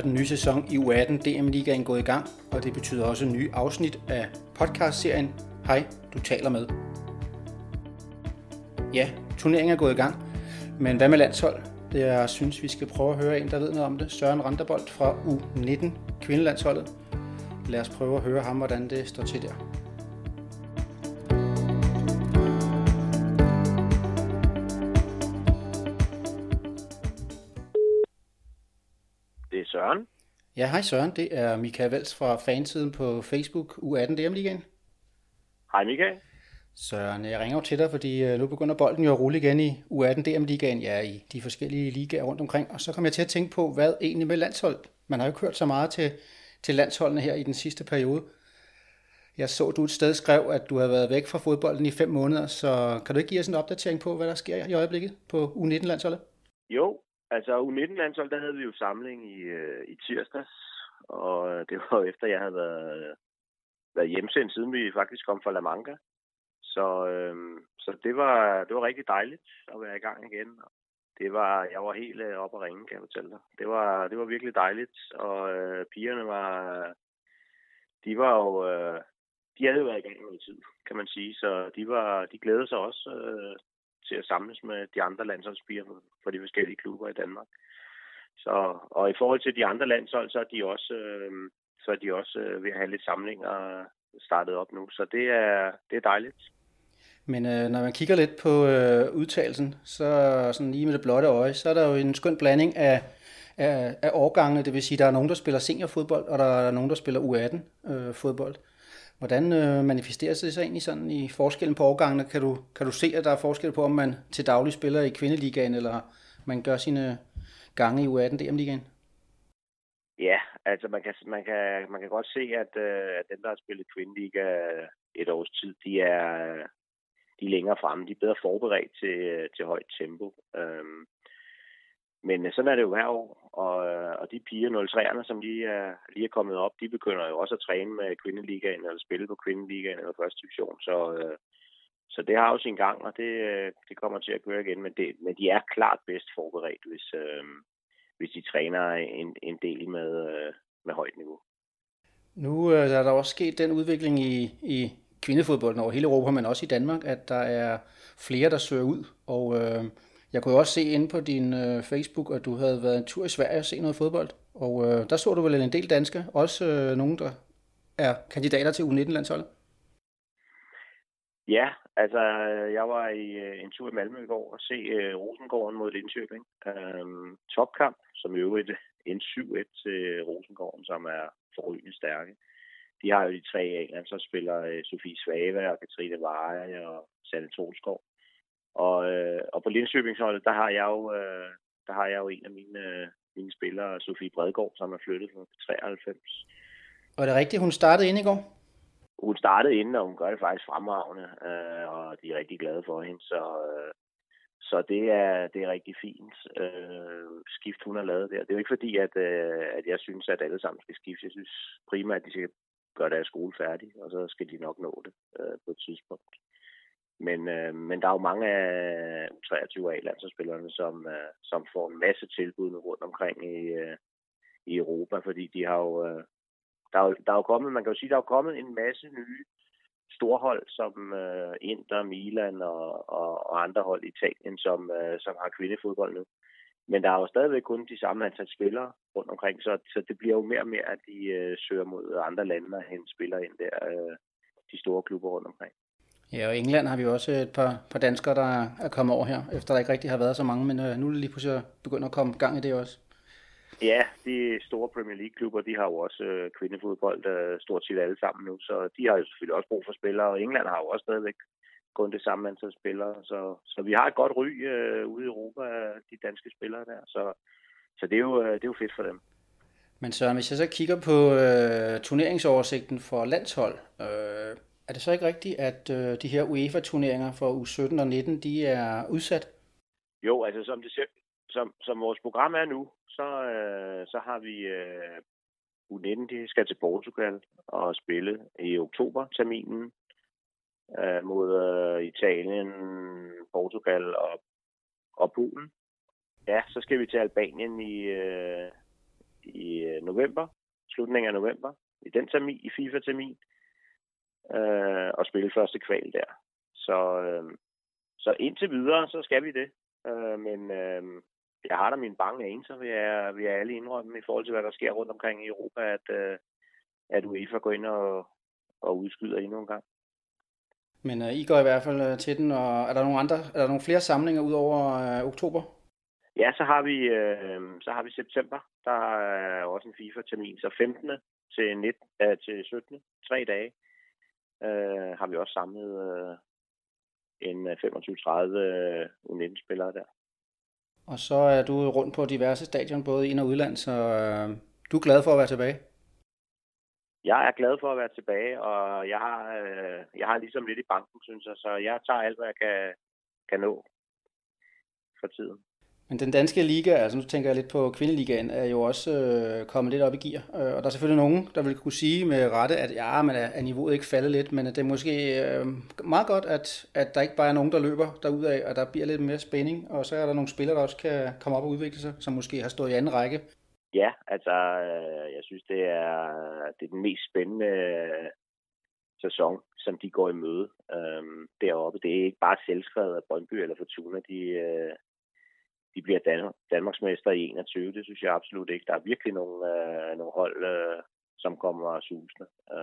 den nye sæson i U18 DM-ligaen gået i gang, og det betyder også nye afsnit af podcastserien Hej, du taler med. Ja, turneringen er gået i gang, men hvad med landshold? Jeg synes, vi skal prøve at høre en, der ved noget om det. Søren Randerbolt fra U19 kvindelandsholdet. Lad os prøve at høre ham, hvordan det står til der. Det er Søren. Ja, hej Søren. Det er Michael Welz fra fansiden på Facebook U18 DM-ligaen. Hej Michael. Søren, jeg ringer jo til dig, fordi nu begynder bolden jo at rulle igen i U18 DM-ligaen, ja, i de forskellige ligaer rundt omkring. Og så kom jeg til at tænke på, hvad egentlig med landshold? Man har jo ikke hørt så meget til landsholdene her i den sidste periode. Jeg så, du et sted skrev, at du havde været væk fra fodbolden i 5 måneder, så kan du ikke give os en opdatering på, hvad der sker i øjeblikket på U19-landsholdet? Jo, altså U19-landshold, der havde vi jo samling i tirsdags, og det var jo efter, jeg havde været hjemsendt, siden vi faktisk kom fra La Manga. Så det var rigtig dejligt at være i gang igen. Jeg var helt oppe at ringe, kan jeg fortælle dig. Det var virkelig dejligt, og pigerne de havde jo været i gang noget tid, kan man sige. Så de glædede sig også til at samles med de andre landsholdspiger for de forskellige klubber i Danmark. Og i forhold til de andre landshold, så er de også ved at have lidt samlinger startet op nu. Så det er dejligt. Men når man kigger lidt på udtalelsen, så sådan lige med det blotte øje, så er der jo en skøn blanding af årgangene. Det vil sige, at der er nogen, der spiller seniorfodbold, og der er nogen, der spiller U18-fodbold. Hvordan manifesterer det sig egentlig sådan i forskellen på årgangene? Kan du se, at der er forskel på, om man til daglig spiller i kvindeligaen, eller man gør sine gange i U18 DM-ligaen? Ja, altså man kan godt se, at dem, der har spillet kvindeliga et års tid, de er længere fremme. De er bedre forberedt til højt tempo. Men sådan er det jo hver år, og de piger 03'erne, som lige er kommet op, de begynder jo også at træne med kvindeligaen, eller spille på kvindeligaen eller første division. Så det har jo sin gang, og det kommer til at køre igen. Men de er klart bedst forberedt, hvis de træner en del med højt niveau. Nu er der også sket den udvikling i kvindefodbolden over hele Europa, men også i Danmark, at der er flere, der søger ud. Og jeg kunne også se inde på din Facebook, at du havde været en tur i Sverige og se noget fodbold. Og der så du vel en del danske, også nogen, der er kandidater til U19-landsholdet. Ja, altså jeg var en tur i Malmø i går og se Rosengården mod Linköping. Topkamp, som i øvrigt en 7-1 til Rosengården, som er forrygende stærke. De har jo de 3 A-landsholdsspillere, Sofie Svave og Katrine Veje og Sanne Tolskov. Og på Linköpingsholdet, der har jeg jo en af mine spillere, Sofie Bredgaard, som er flyttet fra 93. Og er det rigtigt, hun startede inde i går? Hun startede inden, og hun gør det faktisk fremragende, og de er rigtig glade for hende. Så det er rigtig fint skift, hun har lavet der. Det er jo ikke fordi, at jeg synes, at alle sammen skal skifte. Jeg synes primært, at de skal gøre deres skole færdig, og så skal de nok nå det på et tidspunkt. Men der er jo mange af 23 A-landsholdsspillerne, som får en masse tilbud rundt omkring i Europa, fordi de har jo der er jo kommet, man kan jo sige, der er jo kommet en masse nye storhold, som Inter, Milan og andre hold i Italien, som har kvindefodbold nu. Men der er jo stadigvæk kun de samme antal spillere rundt omkring, så det bliver jo mere og mere, at de søger mod andre lande og hente spillere ind der, de store klubber rundt omkring. Ja, og i England har vi også et par danskere, der er kommet over her, efter der ikke rigtig har været så mange, men nu er det lige pludselig begynder at komme gang i det også. Ja, de store Premier League-klubber, de har jo også kvindefodbold stort set alle sammen nu, så de har jo selvfølgelig også brug for spillere, og England har jo også stadigvæk kun det samme antal spillere, så vi har et godt ry ude i Europa, de danske spillere der, så det er jo fedt for dem. Men Søren, hvis jeg så kigger på turneringsoversigten for landshold, er det så ikke rigtigt, at de her UEFA-turneringer for U17 og 19, de er udsat? Jo, altså som vores program er nu, så har vi U19, de skal til Portugal og spille i oktober-terminen mod Italien, Portugal og Polen. Ja, så skal vi til Albanien i november, slutningen af november, i den termin, i FIFA-termin, og spille første kval der. Så indtil videre, så skal vi det. Men jeg har da mine bange anelser, vil jeg alle indrømme, i forhold til, hvad der sker rundt omkring i Europa, at UEFA går ind og udskyder endnu en gang. Men I går i hvert fald til den, og er der nogle flere samlinger ud over oktober? Ja, så har vi september. Der er også en FIFA-termin, så 15. til 17. 3 dage har vi også samlet en 25-30 U19-spillere der. Og så er du rundt på diverse stadion, både ind- og udland, så du er glad for at være tilbage? Jeg er glad for at være tilbage, og jeg har ligesom lidt i banken, synes jeg, så jeg tager alt, hvad jeg kan nå for tiden. Men den danske liga, altså nu tænker jeg lidt på kvindeligaen, er jo også kommet lidt op i gear. Og der er selvfølgelig nogen, der vil kunne sige med rette, at ja, men er niveauet ikke faldet lidt, men det er måske meget godt, at der ikke bare er nogen, der løber derudad, og der bliver lidt mere spænding, og så er der nogle spillere, der også kan komme op og udvikle sig, som måske har stået i anden række. Ja, altså jeg synes, det er den mest spændende sæson, som de går i møde deroppe. Det er ikke bare selvskrevet af Brøndby eller Fortuna, de bliver Danmarksmester i 21. Det synes jeg absolut ikke. Der er virkelig nogle hold, som kommer susende.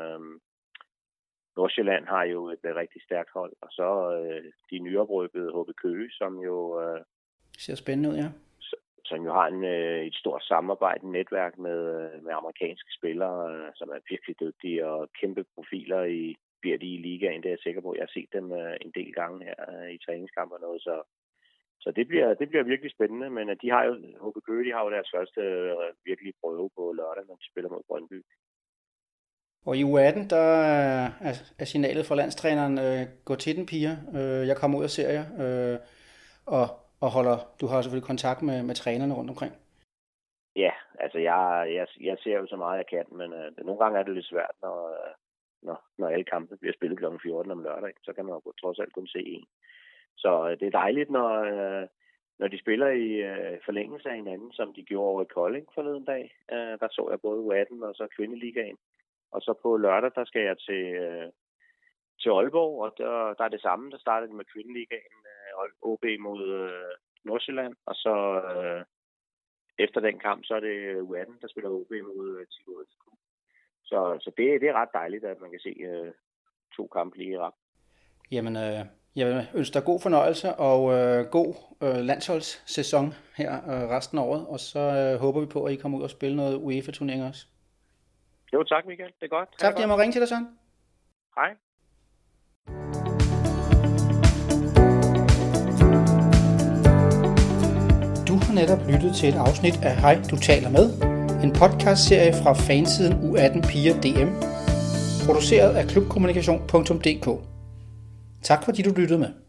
Nordsjælland har jo et rigtig stærkt hold, og så de nyoprykkede HB Køge, som jo ser spændende ud, ja. Som jo har et stort samarbejde, netværk med amerikanske spillere, som er virkelig dygtige og kæmpe profiler bliver de i ligaen. Det er jeg sikker på. Jeg har set dem en del gange her i træningskamp og noget, så det bliver virkelig spændende, men de har jo, HB Køge, de har jo deres første virkelig prøve på lørdag, når de spiller mod Brøndby. Og i U18, der er signalet fra landstræneren, gå til den, piger. Jeg kommer ud af serier, og du har selvfølgelig kontakt med trænerne rundt omkring. Ja, altså jeg ser jo så meget, jeg kan, men nogle gange er det lidt svært, når alle kampe bliver spillet kl. 14 om lørdag, så kan man jo trods alt kun se en. Så det er dejligt, når de spiller i forlængelse af hinanden, som de gjorde over i Kolding forleden dag. Der så jeg både U18 og så kvindeligaen. Og så på lørdag, der skal jeg til Aalborg, og der er det samme. Der startede med kvindeligaen, OB mod Nordsjælland, og så efter den kamp, så er det U18, der spiller OB mod Tivoli. Så det er ret dejligt, at man kan se 2 kampe lige i rap. Jamen, jeg vil ønske dig god fornøjelse og god landsholdssæson her resten af året, og så håber vi på, at I kommer ud og spille noget UEFA-turnering også. Jo, tak Michael. Det er godt. Tak, fordi jeg må ringe til dig, Søren. Hej. Du har netop lyttet til et afsnit af Hej, du taler med, en podcastserie fra fansiden U18 Piger DM, produceret af klubkommunikation.dk. Tak fordi du lyttede med.